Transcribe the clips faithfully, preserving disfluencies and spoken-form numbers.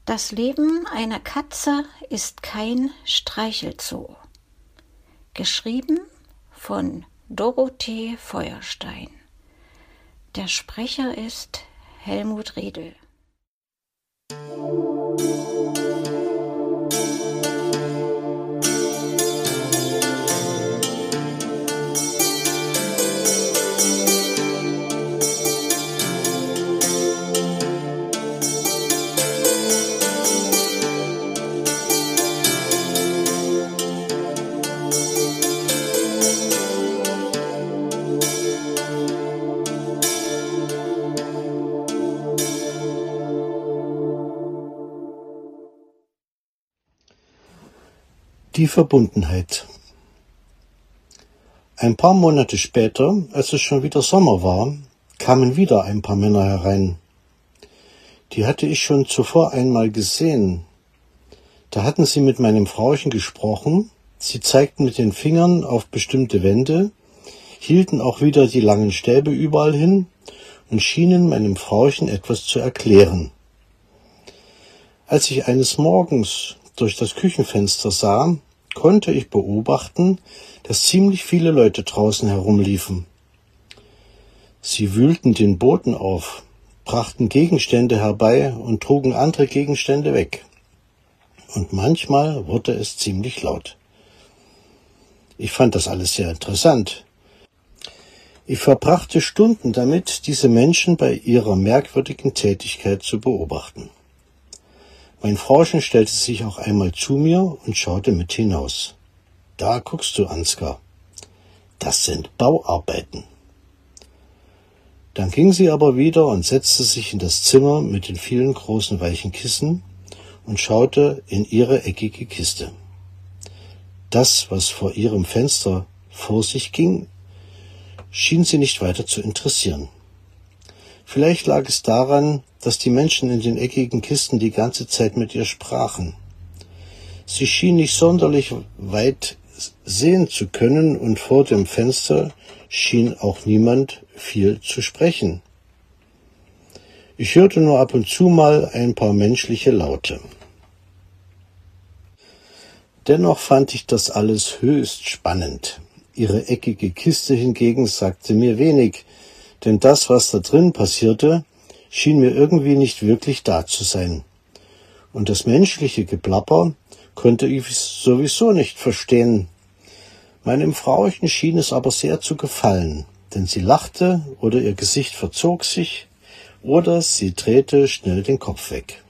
Das Leben einer Katze ist kein Streichelzoo. Geschrieben von Dorothee Feuerstein. Der Sprecher ist Helmut Riedel. Die Verbundenheit. Ein paar Monate später, als es schon wieder Sommer war, kamen wieder ein paar Männer herein. Die hatte ich schon zuvor einmal gesehen. Da hatten sie mit meinem Frauchen gesprochen, sie zeigten mit den Fingern auf bestimmte Wände, hielten auch wieder die langen Stäbe überall hin und schienen meinem Frauchen etwas zu erklären. Als ich eines Morgens durch das Küchenfenster sah, konnte ich beobachten, dass ziemlich viele Leute draußen herumliefen. Sie wühlten den Boden auf, brachten Gegenstände herbei und trugen andere Gegenstände weg. Und manchmal wurde es ziemlich laut. Ich fand das alles sehr interessant. Ich verbrachte Stunden damit, diese Menschen bei ihrer merkwürdigen Tätigkeit zu beobachten. Mein Frauchen stellte sich auch einmal zu mir und schaute mit hinaus. Da guckst du, Ansgar. Das sind Bauarbeiten. Dann ging sie aber wieder und setzte sich in das Zimmer mit den vielen großen weichen Kissen und schaute in ihre eckige Kiste. Das, was vor ihrem Fenster vor sich ging, schien sie nicht weiter zu interessieren. Vielleicht lag es daran, dass die Menschen in den eckigen Kisten die ganze Zeit mit ihr sprachen. Sie schien nicht sonderlich weit sehen zu können und vor dem Fenster schien auch niemand viel zu sprechen. Ich hörte nur ab und zu mal ein paar menschliche Laute. Dennoch fand ich das alles höchst spannend. Ihre eckige Kiste hingegen sagte mir wenig, denn das, was da drin passierte, schien mir irgendwie nicht wirklich da zu sein. Und das menschliche Geplapper konnte ich sowieso nicht verstehen. Meinem Frauchen schien es aber sehr zu gefallen, denn sie lachte oder ihr Gesicht verzog sich oder sie drehte schnell den Kopf weg.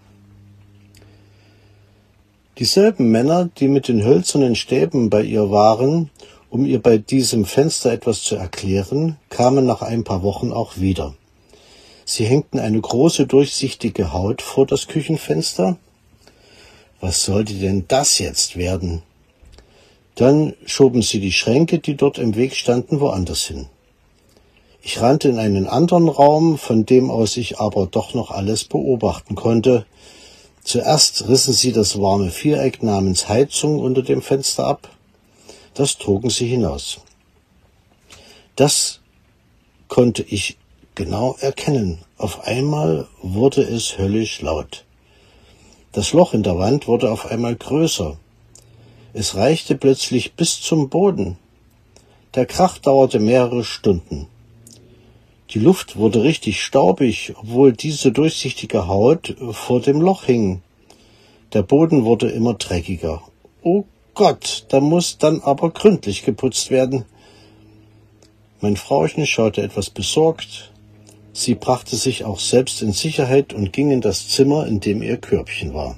Dieselben Männer, die mit den hölzernen Stäben bei ihr waren, um ihr bei diesem Fenster etwas zu erklären, kamen nach ein paar Wochen auch wieder. Sie hängten eine große durchsichtige Haut vor das Küchenfenster. Was sollte denn das jetzt werden? Dann schoben sie die Schränke, die dort im Weg standen, woanders hin. Ich rannte in einen anderen Raum, von dem aus ich aber doch noch alles beobachten konnte. Zuerst rissen sie das warme Viereck namens Heizung unter dem Fenster ab. Das trugen sie hinaus. Das konnte ich genau erkennen. Auf einmal wurde es höllisch laut. Das Loch in der Wand wurde auf einmal größer. Es reichte plötzlich bis zum Boden. Der Krach dauerte mehrere Stunden. Die Luft wurde richtig staubig, obwohl diese durchsichtige Haut vor dem Loch hing. Der Boden wurde immer dreckiger. Oh Gott, da muss dann aber gründlich geputzt werden. Mein Frauchen schaute etwas besorgt. Sie brachte sich auch selbst in Sicherheit und ging in das Zimmer, in dem ihr Körbchen war.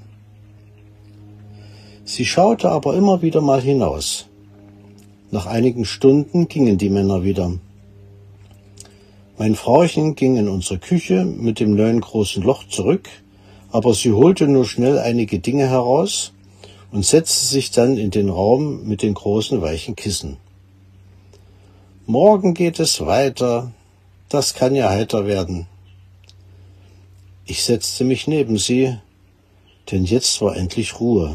Sie schaute aber immer wieder mal hinaus. Nach einigen Stunden gingen die Männer wieder. Mein Frauchen ging in unsere Küche mit dem neuen großen Loch zurück, aber sie holte nur schnell einige Dinge heraus und setzte sich dann in den Raum mit den großen weichen Kissen. Morgen geht es weiter, das kann ja heiter werden. Ich setzte mich neben sie, denn jetzt war endlich Ruhe.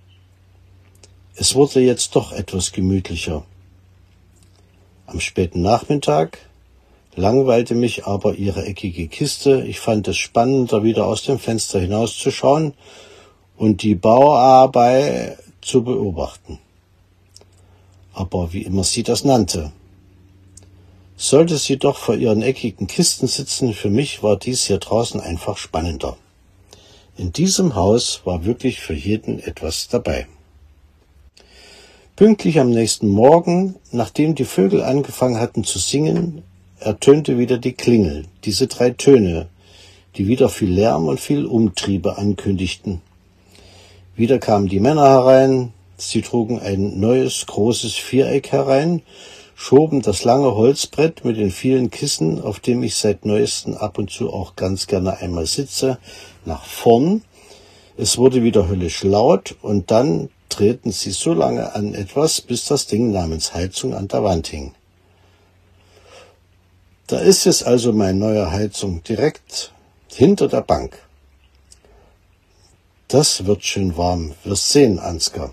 Es wurde jetzt doch etwas gemütlicher. Am späten Nachmittag langweilte mich aber ihre eckige Kiste. Ich fand es spannender, wieder aus dem Fenster hinauszuschauen und die Bauarbeit zu beobachten. Aber wie immer sie das nannte. Sollte sie doch vor ihren eckigen Kisten sitzen, für mich war dies hier draußen einfach spannender. In diesem Haus war wirklich für jeden etwas dabei. Pünktlich am nächsten Morgen, nachdem die Vögel angefangen hatten zu singen, ertönte wieder die Klingel, diese drei Töne, die wieder viel Lärm und viel Umtriebe ankündigten. Wieder kamen die Männer herein, sie trugen ein neues, großes Viereck herein, schoben das lange Holzbrett mit den vielen Kissen, auf dem ich seit neuestem ab und zu auch ganz gerne einmal sitze, nach vorn. Es wurde wieder höllisch laut und dann drehten sie so lange an etwas, bis das Ding namens Heizung an der Wand hing. Da ist es also meine neue Heizung, direkt hinter der Bank. Das wird schön warm, wirst sehen, Ansgar.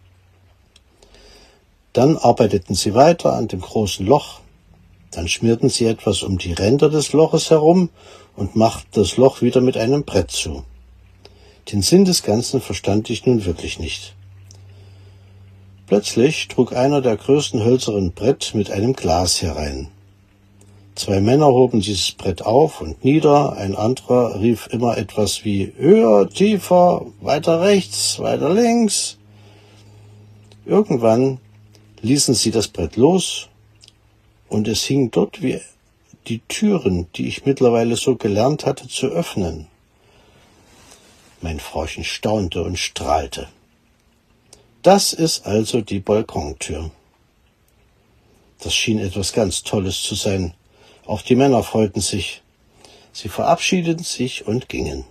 Dann arbeiteten sie weiter an dem großen Loch. Dann schmierten sie etwas um die Ränder des Loches herum und machten das Loch wieder mit einem Brett zu. Den Sinn des Ganzen verstand ich nun wirklich nicht. Plötzlich trug einer der größten hölzernen Brett mit einem Glas herein. Zwei Männer hoben dieses Brett auf und nieder, ein anderer rief immer etwas wie höher, tiefer, weiter rechts, weiter links. Irgendwann ließen sie das Brett los und es hing dort wie die Türen, die ich mittlerweile so gelernt hatte zu öffnen. Mein Frauchen staunte und strahlte. Das ist also die Balkontür. Das schien etwas ganz Tolles zu sein. Auch die Männer freuten sich. Sie verabschiedeten sich und gingen.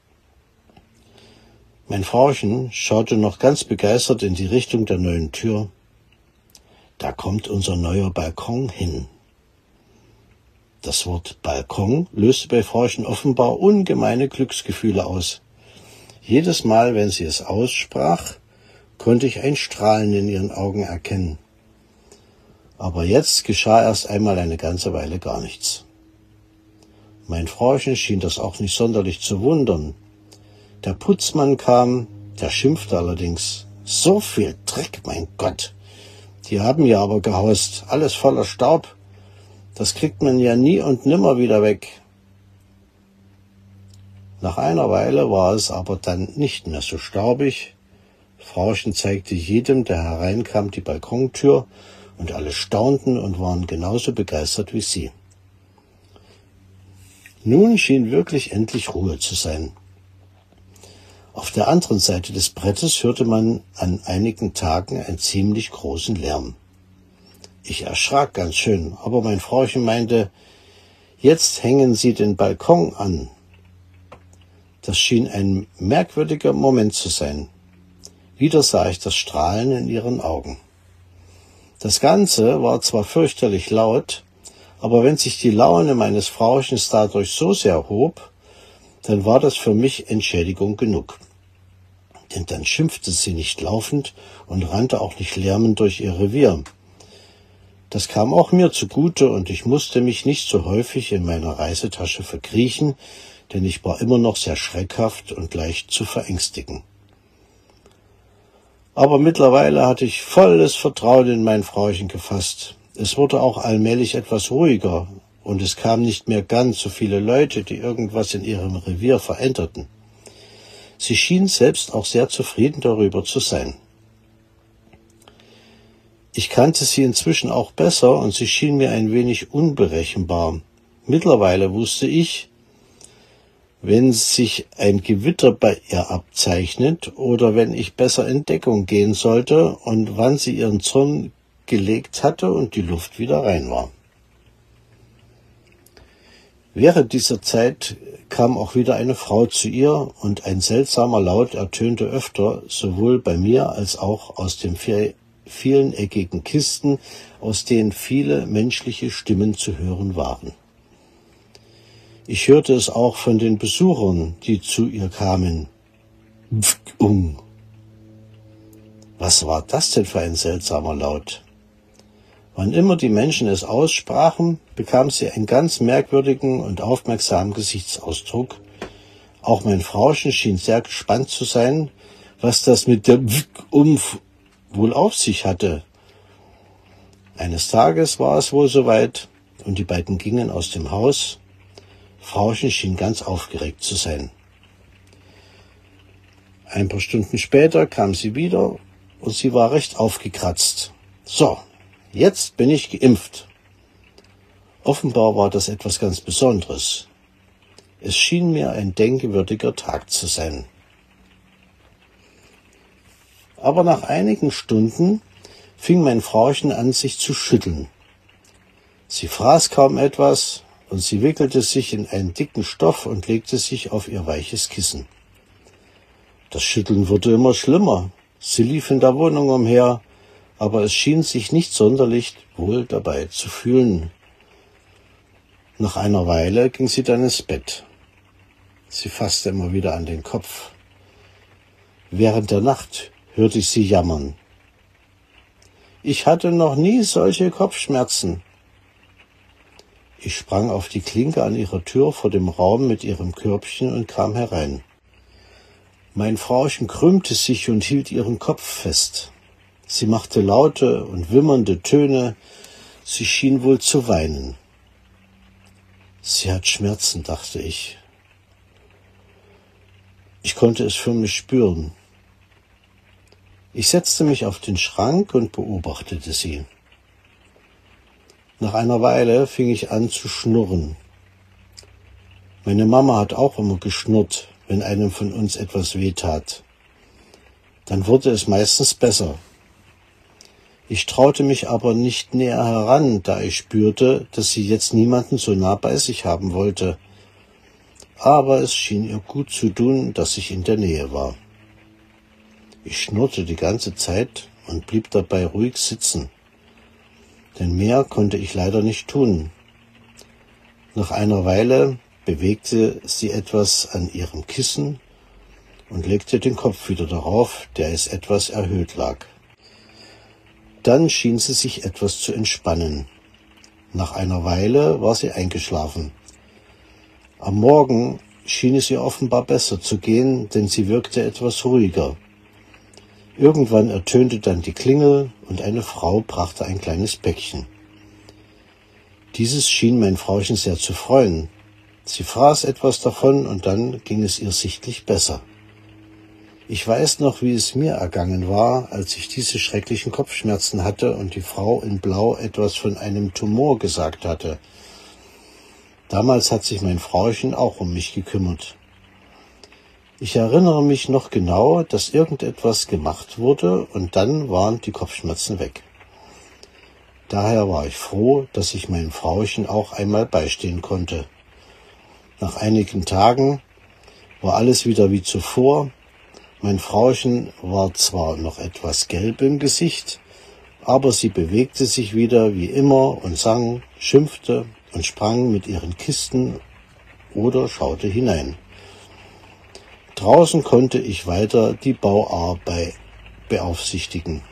Mein Frauchen schaute noch ganz begeistert in die Richtung der neuen Tür. Da kommt unser neuer Balkon hin. Das Wort Balkon löste bei Frauchen offenbar ungemeine Glücksgefühle aus. Jedes Mal, wenn sie es aussprach, konnte ich ein Strahlen in ihren Augen erkennen. Aber jetzt geschah erst einmal eine ganze Weile gar nichts. Mein Frauchen schien das auch nicht sonderlich zu wundern. Der Putzmann kam, der schimpfte allerdings. So viel Dreck, mein Gott! Die haben ja aber gehaust, alles voller Staub. Das kriegt man ja nie und nimmer wieder weg. Nach einer Weile war es aber dann nicht mehr so staubig. Frauchen zeigte jedem, der hereinkam, die Balkontür, und alle staunten und waren genauso begeistert wie sie. Nun schien wirklich endlich Ruhe zu sein. Auf der anderen Seite des Brettes hörte man an einigen Tagen einen ziemlich großen Lärm. Ich erschrak ganz schön, aber mein Frauchen meinte, jetzt hängen Sie den Balkon an. Das schien ein merkwürdiger Moment zu sein. Wieder sah ich das Strahlen in ihren Augen. Das Ganze war zwar fürchterlich laut, aber wenn sich die Laune meines Frauchens dadurch so sehr hob, dann war das für mich Entschädigung genug. Denn dann schimpfte sie nicht laufend und rannte auch nicht lärmend durch ihr Revier. Das kam auch mir zugute und ich musste mich nicht so häufig in meiner Reisetasche verkriechen, denn ich war immer noch sehr schreckhaft und leicht zu verängstigen. Aber mittlerweile hatte ich volles Vertrauen in mein Frauchen gefasst. Es wurde auch allmählich etwas ruhiger und es kamen nicht mehr ganz so viele Leute, die irgendwas in ihrem Revier veränderten. Sie schien selbst auch sehr zufrieden darüber zu sein. Ich kannte sie inzwischen auch besser und sie schien mir ein wenig unberechenbar. Mittlerweile wusste ich, wenn sich ein Gewitter bei ihr abzeichnet oder wenn ich besser in Deckung gehen sollte und wann sie ihren Zorn gelegt hatte und die Luft wieder rein war. Während dieser Zeit kam auch wieder eine Frau zu ihr und ein seltsamer Laut ertönte öfter, sowohl bei mir als auch aus den vier, vielen eckigen Kisten, aus denen viele menschliche Stimmen zu hören waren. Ich hörte es auch von den Besuchern, die zu ihr kamen. Pfung. Was war das denn für ein seltsamer Laut? Wann immer die Menschen es aussprachen, bekam sie einen ganz merkwürdigen und aufmerksamen Gesichtsausdruck, Auch mein Frauchen schien sehr gespannt zu sein, was das mit der Umf wohl auf sich hatte. Eines Tages war es wohl soweit und die beiden gingen aus dem Haus. Frauchen schien ganz aufgeregt zu sein. Ein paar Stunden später kam sie wieder und sie war recht aufgekratzt. So, jetzt bin ich geimpft. Offenbar war das etwas ganz Besonderes. Es schien mir ein denkwürdiger Tag zu sein. Aber nach einigen Stunden fing mein Frauchen an, sich zu schütteln. Sie fraß kaum etwas und sie wickelte sich in einen dicken Stoff und legte sich auf ihr weiches Kissen. Das Schütteln wurde immer schlimmer. Sie lief in der Wohnung umher, aber es schien sich nicht sonderlich wohl dabei zu fühlen. Nach einer Weile ging sie dann ins Bett. Sie fasste immer wieder an den Kopf. Während der Nacht hörte ich sie jammern. Ich hatte noch nie solche Kopfschmerzen. Ich sprang auf die Klinke an ihrer Tür vor dem Raum mit ihrem Körbchen und kam herein. Mein Frauchen krümmte sich und hielt ihren Kopf fest. Sie machte laute und wimmernde Töne. Sie schien wohl zu weinen. Sie hat Schmerzen, dachte ich. Ich konnte es förmlich spüren. Ich setzte mich auf den Schrank und beobachtete sie. Nach einer Weile fing ich an zu schnurren. Meine Mama hat auch immer geschnurrt, wenn einem von uns etwas wehtat. Dann wurde es meistens besser. Ich traute mich aber nicht näher heran, da ich spürte, dass sie jetzt niemanden so nah bei sich haben wollte. Aber es schien ihr gut zu tun, dass ich in der Nähe war. Ich schnurrte die ganze Zeit und blieb dabei ruhig sitzen. Denn mehr konnte ich leider nicht tun. Nach einer Weile bewegte sie etwas an ihrem Kissen und legte den Kopf wieder darauf, der es etwas erhöht lag. Dann schien sie sich etwas zu entspannen. Nach einer Weile war sie eingeschlafen. Am Morgen schien es ihr offenbar besser zu gehen, denn sie wirkte etwas ruhiger. Irgendwann ertönte dann die Klingel und eine Frau brachte ein kleines Päckchen. Dieses schien mein Frauchen sehr zu freuen. Sie fraß etwas davon und dann ging es ihr sichtlich besser. Ich weiß noch, wie es mir ergangen war, als ich diese schrecklichen Kopfschmerzen hatte und die Frau in Blau etwas von einem Tumor gesagt hatte. Damals hat sich mein Frauchen auch um mich gekümmert. Ich erinnere mich noch genau, dass irgendetwas gemacht wurde und dann waren die Kopfschmerzen weg. Daher war ich froh, dass ich meinem Frauchen auch einmal beistehen konnte. Nach einigen Tagen war alles wieder wie zuvor. Mein Frauchen war zwar noch etwas gelb im Gesicht, aber sie bewegte sich wieder wie immer und sang, schimpfte und sprang mit ihren Kisten oder schaute hinein. Draußen konnte ich weiter die Bauarbeit beaufsichtigen.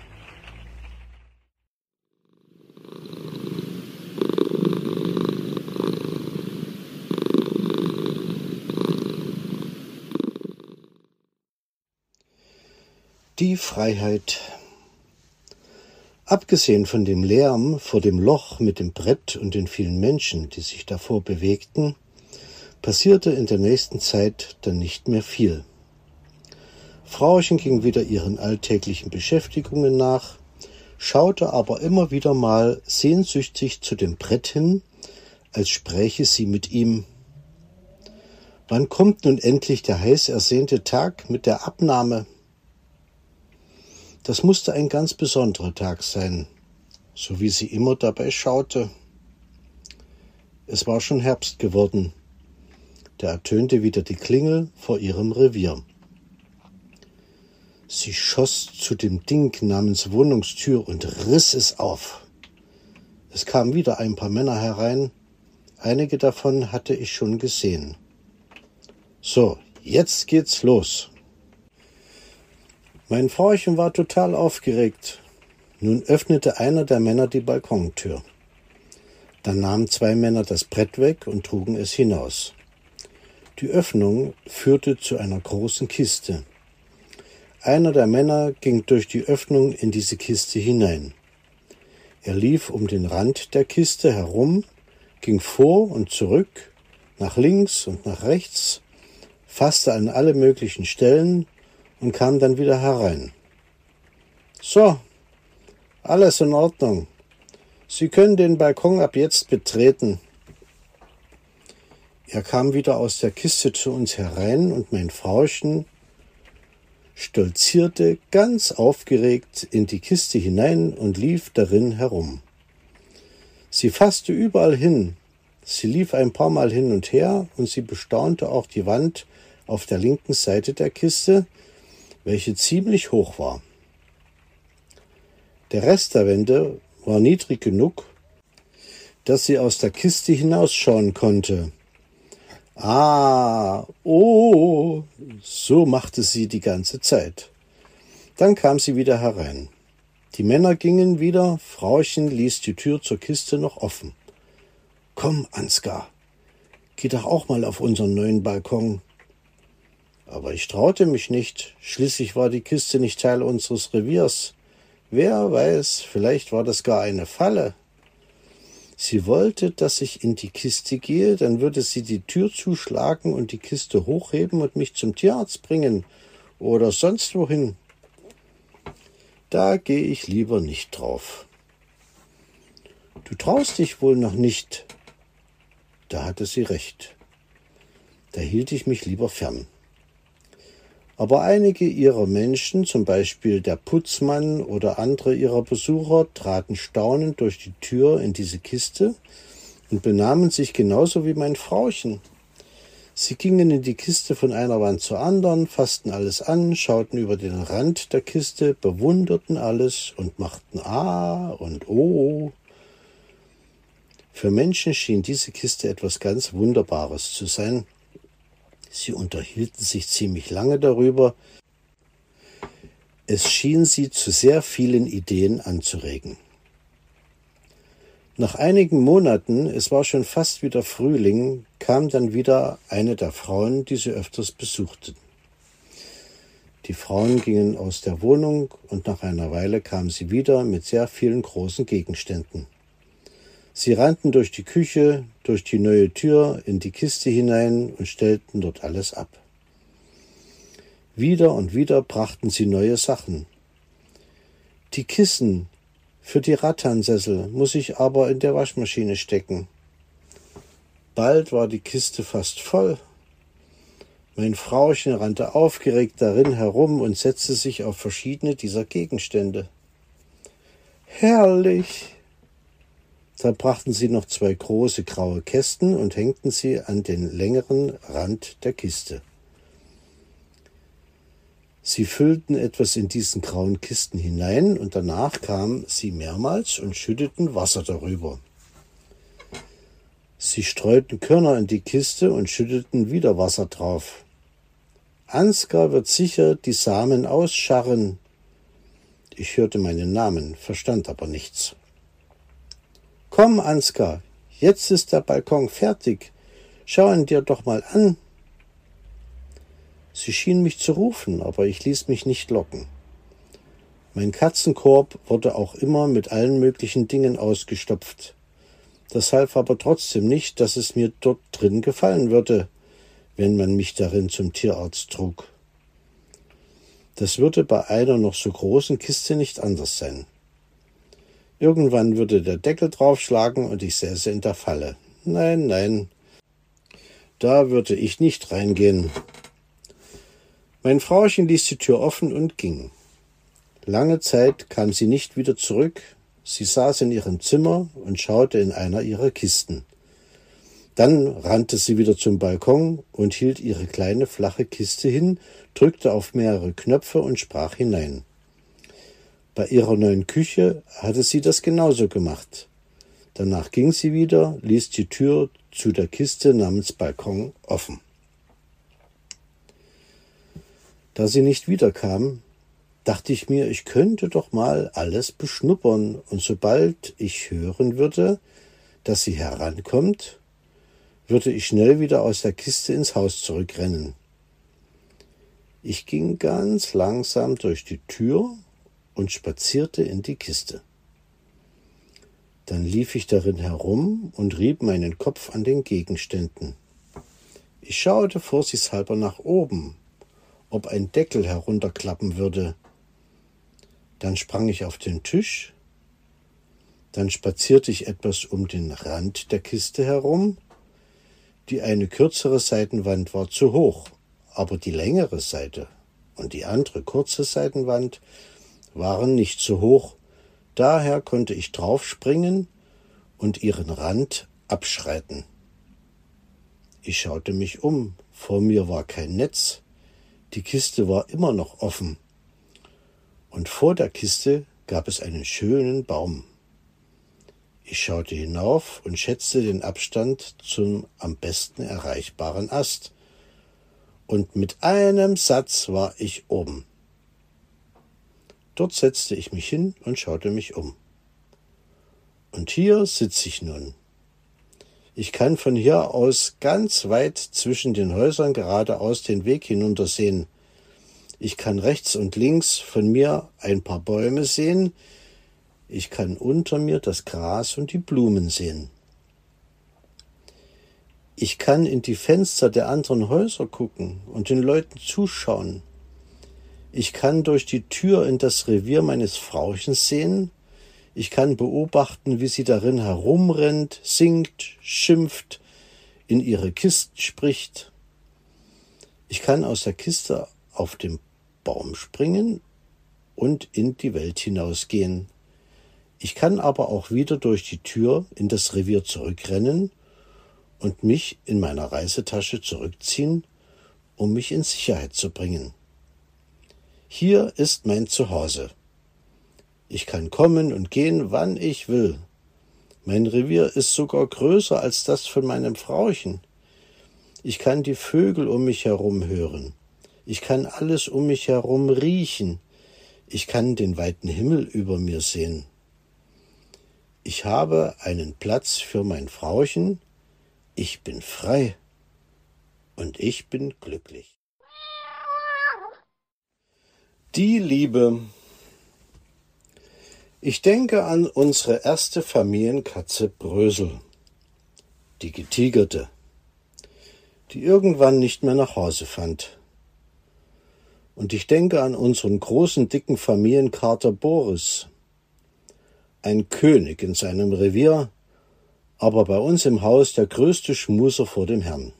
Die Freiheit. Abgesehen von dem Lärm vor dem Loch mit dem Brett und den vielen Menschen, die sich davor bewegten, passierte in der nächsten Zeit dann nicht mehr viel. Frauchen ging wieder ihren alltäglichen Beschäftigungen nach, schaute aber immer wieder mal sehnsüchtig zu dem Brett hin, als spräche sie mit ihm. Wann kommt nun endlich der heiß ersehnte Tag mit der Abnahme? Das musste ein ganz besonderer Tag sein, so wie sie immer dabei schaute. Es war schon Herbst geworden. Da ertönte wieder die Klingel vor ihrem Revier. Sie schoss zu dem Ding namens Wohnungstür und riss es auf. Es kamen wieder ein paar Männer herein. Einige davon hatte ich schon gesehen. So, jetzt geht's los. Mein Frauchen war total aufgeregt. Nun öffnete einer der Männer die Balkontür. Dann nahmen zwei Männer das Brett weg und trugen es hinaus. Die Öffnung führte zu einer großen Kiste. Einer der Männer ging durch die Öffnung in diese Kiste hinein. Er lief um den Rand der Kiste herum, ging vor und zurück, nach links und nach rechts, fasste an alle möglichen Stellen und kam dann wieder herein. »So, alles in Ordnung. Sie können den Balkon ab jetzt betreten.« Er kam wieder aus der Kiste zu uns herein und mein Frauchen stolzierte ganz aufgeregt in die Kiste hinein und lief darin herum. Sie fasste überall hin, sie lief ein paar Mal hin und her und sie bestaunte auch die Wand auf der linken Seite der Kiste, welche ziemlich hoch war. Der Rest der Wände war niedrig genug, dass sie aus der Kiste hinausschauen konnte. Ah, oh, so machte sie die ganze Zeit. Dann kam sie wieder herein. Die Männer gingen wieder, Frauchen ließ die Tür zur Kiste noch offen. »Komm, Ansgar, geh doch auch mal auf unseren neuen Balkon.« Aber ich traute mich nicht, schließlich war die Kiste nicht Teil unseres Reviers. Wer weiß, vielleicht war das gar eine Falle. Sie wollte, dass ich in die Kiste gehe, dann würde sie die Tür zuschlagen und die Kiste hochheben und mich zum Tierarzt bringen oder sonst wohin. Da gehe ich lieber nicht drauf. »Du traust dich wohl noch nicht.« Da hatte sie recht. Da hielt ich mich lieber fern. Aber einige ihrer Menschen, zum Beispiel der Putzmann oder andere ihrer Besucher, traten staunend durch die Tür in diese Kiste und benahmen sich genauso wie mein Frauchen. Sie gingen in die Kiste von einer Wand zur anderen, fassten alles an, schauten über den Rand der Kiste, bewunderten alles und machten Ah und Oh. Für Menschen schien diese Kiste etwas ganz Wunderbares zu sein. Sie unterhielten sich ziemlich lange darüber. Es schien sie zu sehr vielen Ideen anzuregen. Nach einigen Monaten, es war schon fast wieder Frühling, kam dann wieder eine der Frauen, die sie öfters besuchten. Die Frauen gingen aus der Wohnung und nach einer Weile kam sie wieder mit sehr vielen großen Gegenständen. Sie rannten durch die Küche, durch die neue Tür, in die Kiste hinein und stellten dort alles ab. Wieder und wieder brachten sie neue Sachen. Die Kissen für die Rattansessel muss ich aber in der Waschmaschine stecken. Bald war die Kiste fast voll. Mein Frauchen rannte aufgeregt darin herum und setzte sich auf verschiedene dieser Gegenstände. Herrlich! Da brachten sie noch zwei große graue Kästen und hängten sie an den längeren Rand der Kiste. Sie füllten etwas in diesen grauen Kisten hinein und danach kamen sie mehrmals und schütteten Wasser darüber. Sie streuten Körner in die Kiste und schütteten wieder Wasser drauf. Ansgar wird sicher die Samen ausscharren. Ich hörte meinen Namen, verstand aber nichts. »Komm, Ansgar, jetzt ist der Balkon fertig. Schau ihn dir doch mal an.« Sie schien mich zu rufen, aber ich ließ mich nicht locken. Mein Katzenkorb wurde auch immer mit allen möglichen Dingen ausgestopft. Das half aber trotzdem nicht, dass es mir dort drin gefallen würde, wenn man mich darin zum Tierarzt trug. Das würde bei einer noch so großen Kiste nicht anders sein. Irgendwann würde der Deckel draufschlagen und ich säße in der Falle. Nein, nein, da würde ich nicht reingehen. Mein Frauchen ließ die Tür offen und ging. Lange Zeit kam sie nicht wieder zurück. Sie saß in ihrem Zimmer und schaute in einer ihrer Kisten. Dann rannte sie wieder zum Balkon und hielt ihre kleine flache Kiste hin, drückte auf mehrere Knöpfe und sprach hinein. Bei ihrer neuen Küche hatte sie das genauso gemacht. Danach ging sie wieder, ließ die Tür zu der Kiste namens Balkon offen. Da sie nicht wiederkam, dachte ich mir, ich könnte doch mal alles beschnuppern, und sobald ich hören würde, dass sie herankommt, würde ich schnell wieder aus der Kiste ins Haus zurückrennen. Ich ging ganz langsam durch die Tür und spazierte in die Kiste. Dann lief ich darin herum und rieb meinen Kopf an den Gegenständen. Ich schaute vorsichtshalber nach oben, ob ein Deckel herunterklappen würde. Dann sprang ich auf den Tisch, dann spazierte ich etwas um den Rand der Kiste herum. Die eine kürzere Seitenwand war zu hoch, aber die längere Seite und die andere kurze Seitenwand waren nicht so hoch. Daher konnte ich draufspringen und ihren Rand abschreiten. Ich schaute mich um. Vor mir war kein Netz. Die Kiste war immer noch offen. Und vor der Kiste gab es einen schönen Baum. Ich schaute hinauf und schätzte den Abstand zum am besten erreichbaren Ast. Und mit einem Satz war ich oben. Dort setzte ich mich hin und schaute mich um. Und hier sitze ich nun. Ich kann von hier aus ganz weit zwischen den Häusern geradeaus den Weg hinuntersehen. Ich kann rechts und links von mir ein paar Bäume sehen. Ich kann unter mir das Gras und die Blumen sehen. Ich kann in die Fenster der anderen Häuser gucken und den Leuten zuschauen. Ich kann durch die Tür in das Revier meines Frauchens sehen. Ich kann beobachten, wie sie darin herumrennt, singt, schimpft, in ihre Kisten spricht. Ich kann aus der Kiste auf den Baum springen und in die Welt hinausgehen. Ich kann aber auch wieder durch die Tür in das Revier zurückrennen und mich in meiner Reisetasche zurückziehen, um mich in Sicherheit zu bringen. Hier ist mein Zuhause. Ich kann kommen und gehen, wann ich will. Mein Revier ist sogar größer als das von meinem Frauchen. Ich kann die Vögel um mich herum hören. Ich kann alles um mich herum riechen. Ich kann den weiten Himmel über mir sehen. Ich habe einen Platz für mein Frauchen. Ich bin frei und ich bin glücklich. Die Liebe. Ich denke an unsere erste Familienkatze Brösel, die Getigerte, die irgendwann nicht mehr nach Hause fand. Und ich denke an unseren großen, dicken Familienkater Boris, ein König in seinem Revier, aber bei uns im Haus der größte Schmuser vor dem Herrn.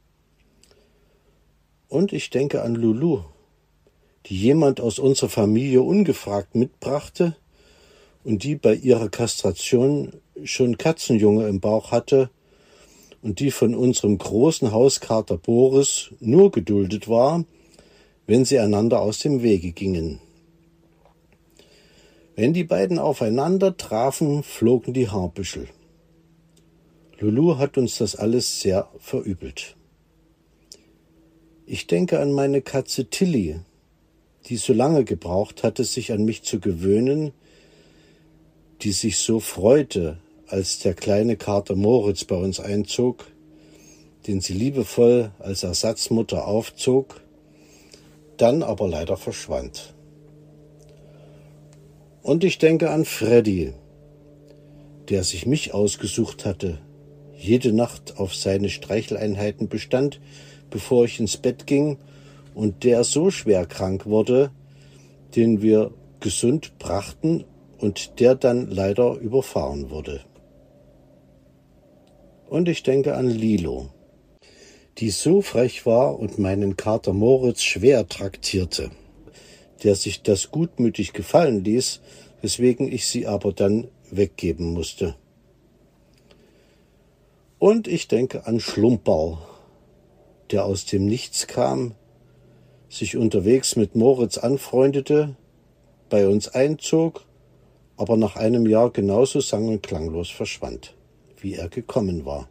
Und ich denke an Lulu, die jemand aus unserer Familie ungefragt mitbrachte und die bei ihrer Kastration schon Katzenjunge im Bauch hatte und die von unserem großen Hauskater Boris nur geduldet war, wenn sie einander aus dem Wege gingen. Wenn die beiden aufeinander trafen, flogen die Haarbüschel. Lulu hat uns das alles sehr verübelt. Ich denke an meine Katze Tilly, die so lange gebraucht hatte, sich an mich zu gewöhnen, die sich so freute, als der kleine Kater Moritz bei uns einzog, den sie liebevoll als Ersatzmutter aufzog, dann aber leider verschwand. Und ich denke an Freddy, der sich mich ausgesucht hatte, jede Nacht auf seine Streicheleinheiten bestand, bevor ich ins Bett ging, und der so schwer krank wurde, den wir gesund brachten und der dann leider überfahren wurde. Und ich denke an Lilo, die so frech war und meinen Kater Moritz schwer traktierte, der sich das gutmütig gefallen ließ, weswegen ich sie aber dann weggeben musste. Und ich denke an Schlumperl, der aus dem Nichts kam, sich unterwegs mit Moritz anfreundete, bei uns einzog, aber nach einem Jahr genauso sang- und klanglos verschwand, wie er gekommen war.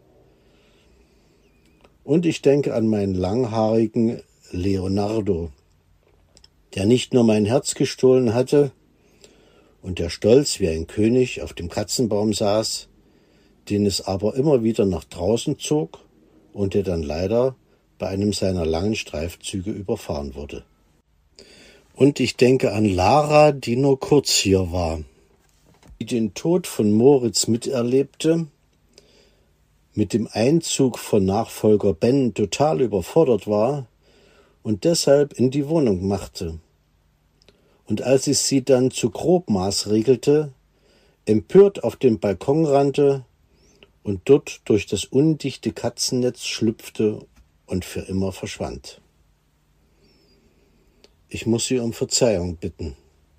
Und ich denke an meinen langhaarigen Leonardo, der nicht nur mein Herz gestohlen hatte und der stolz wie ein König auf dem Katzenbaum saß, den es aber immer wieder nach draußen zog und der dann leider bei einem seiner langen Streifzüge überfahren wurde. Und ich denke an Lara, die nur kurz hier war, die den Tod von Moritz miterlebte, mit dem Einzug von Nachfolger Ben total überfordert war und deshalb in die Wohnung machte. Und als ich sie dann zu Grobmaß regelte, empört auf den Balkon rannte und dort durch das undichte Katzennetz schlüpfte und für immer verschwand. Ich muss sie um Verzeihung bitten.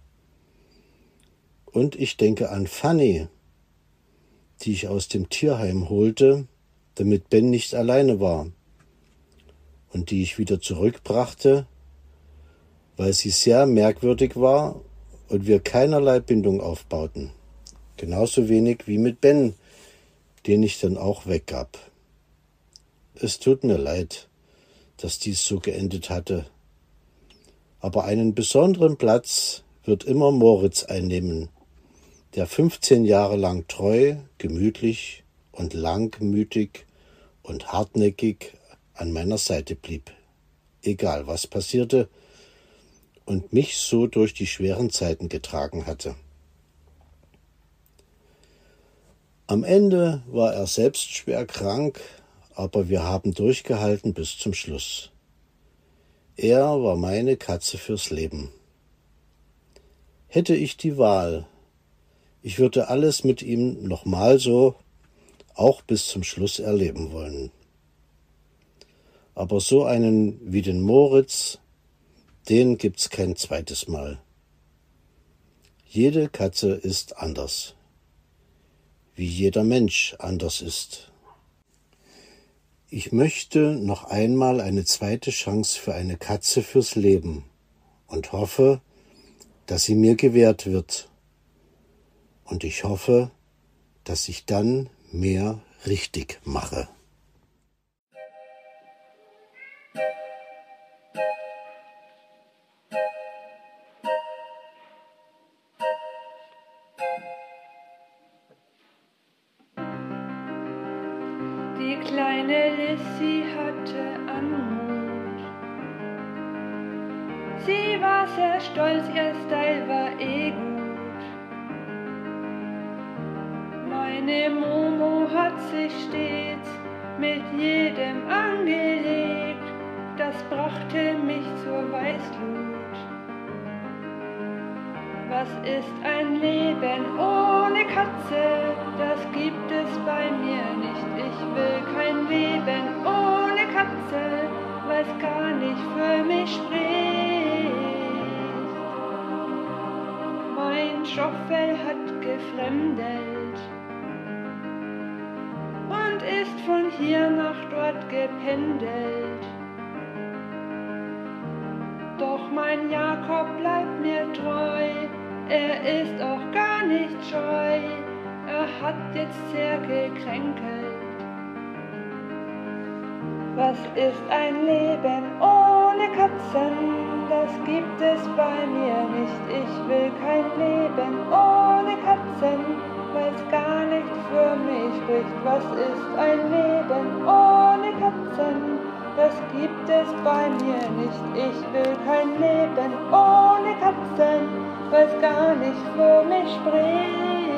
Und ich denke an Fanny, die ich aus dem Tierheim holte, damit Ben nicht alleine war, und die ich wieder zurückbrachte, weil sie sehr merkwürdig war und wir keinerlei Bindung aufbauten. Genauso wenig wie mit Ben, den ich dann auch weggab. Es tut mir leid, dass dies so geendet hatte, aber einen besonderen Platz wird immer Moritz einnehmen, der fünfzehn Jahre lang treu, gemütlich und langmütig und hartnäckig an meiner Seite blieb, egal was passierte, und mich so durch die schweren Zeiten getragen hatte. Am Ende war er selbst schwer krank, aber wir haben durchgehalten bis zum Schluss. Er war meine Katze fürs Leben. Hätte ich die Wahl, ich würde alles mit ihm nochmal so, auch bis zum Schluss erleben wollen. Aber so einen wie den Moritz, den gibt's kein zweites Mal. Jede Katze ist anders, wie jeder Mensch anders ist. Ich möchte noch einmal eine zweite Chance für eine Katze fürs Leben und hoffe, dass sie mir gewährt wird. Und ich hoffe, dass ich dann mehr richtig mache. Die kleine Lissy hatte Anmut. Sie war sehr stolz, ihr Style war eh gut. Meine Momo hat sich stets mit jedem angelegt, das brachte mich zur Weißglut. Was ist ein Leben ohne Katze? Das gibt es bei mir nicht. Ich will kein Leben ohne Katze, weil's gar nicht für mich spricht. Mein Stoffel hat gefremdelt und ist von hier nach dort gependelt. Doch mein Jakob bleibt mir treu, er ist auch gar nicht scheu, er hat jetzt sehr gekränkelt. Was ist ein Leben ohne Katzen? Das gibt es bei mir nicht. Ich will kein Leben ohne Katzen, weil's gar nicht für mich spricht. Was ist ein Leben ohne Katzen? Das gibt es bei mir nicht. Ich will kein Leben ohne Katzen, weil's gar nicht für mich spricht.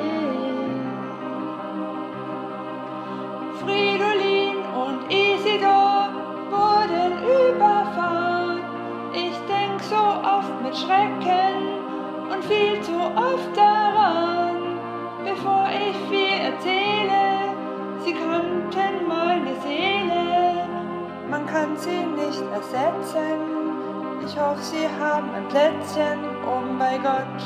Fridolin und Isidor wurden überfahren. Ich denk so oft mit Schrecken und viel zu oft daran, bevor ich viel erzähle. Sie kannten meine Seele, man kann sie nicht ersetzen. Ich hoffe, sie haben ein Plätzchen oben bei Gott.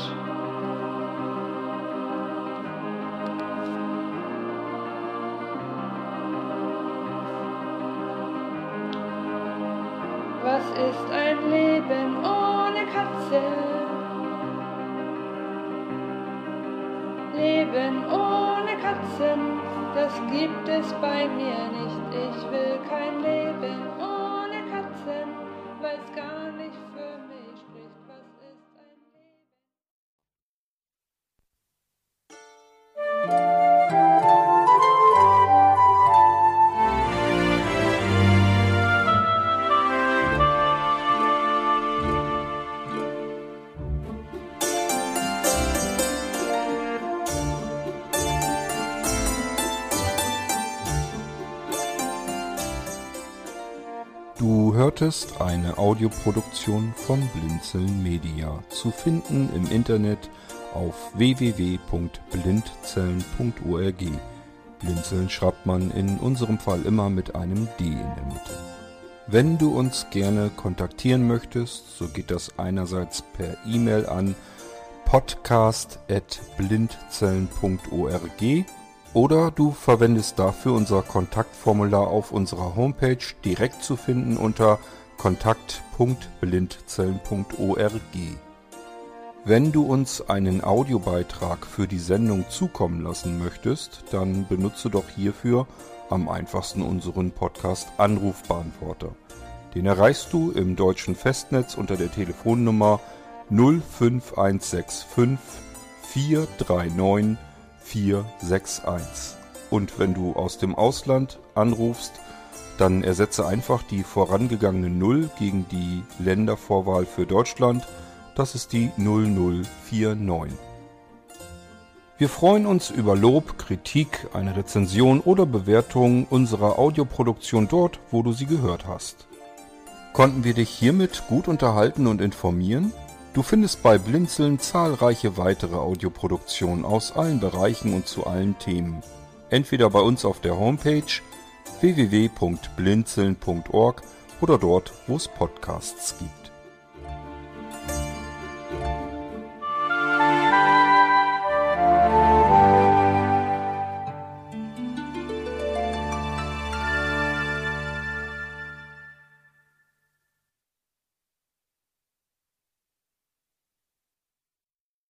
Was ist ein Leben ohne Katze? Leben ohne Katzen, das gibt es bei mir nicht. Ich will kein Leben ohne Katzen, weil's gar nicht für mich spricht. Was ist ein Leben? hörtest eine Audioproduktion von Blinzeln Media, zu finden im Internet auf w w w punkt blindzellen punkt org. Blinzeln schreibt man in unserem Fall immer mit einem D in der Mitte. Wenn du uns gerne kontaktieren möchtest, so geht das einerseits per E-Mail an podcast at blindzellen punkt org oder du verwendest dafür unser Kontaktformular auf unserer Homepage, direkt zu finden unter kontakt punkt blindzellen punkt org. Wenn du uns einen Audiobeitrag für die Sendung zukommen lassen möchtest, dann benutze doch hierfür am einfachsten unseren Podcast Anrufbeantworter. Den erreichst du im deutschen Festnetz unter der Telefonnummer null fünf eins sechs fünf vier drei neun vier sechs eins. Und wenn du aus dem Ausland anrufst, dann ersetze einfach die vorangegangene null gegen die Ländervorwahl für Deutschland. Das ist die null null vier neun. Wir freuen uns über Lob, Kritik, eine Rezension oder Bewertung unserer Audioproduktion dort, wo du sie gehört hast. Konnten wir dich hiermit gut unterhalten und informieren? Du findest bei Blinzeln zahlreiche weitere Audioproduktionen aus allen Bereichen und zu allen Themen. Entweder bei uns auf der Homepage w w w punkt blinzeln punkt org oder dort, wo es Podcasts gibt.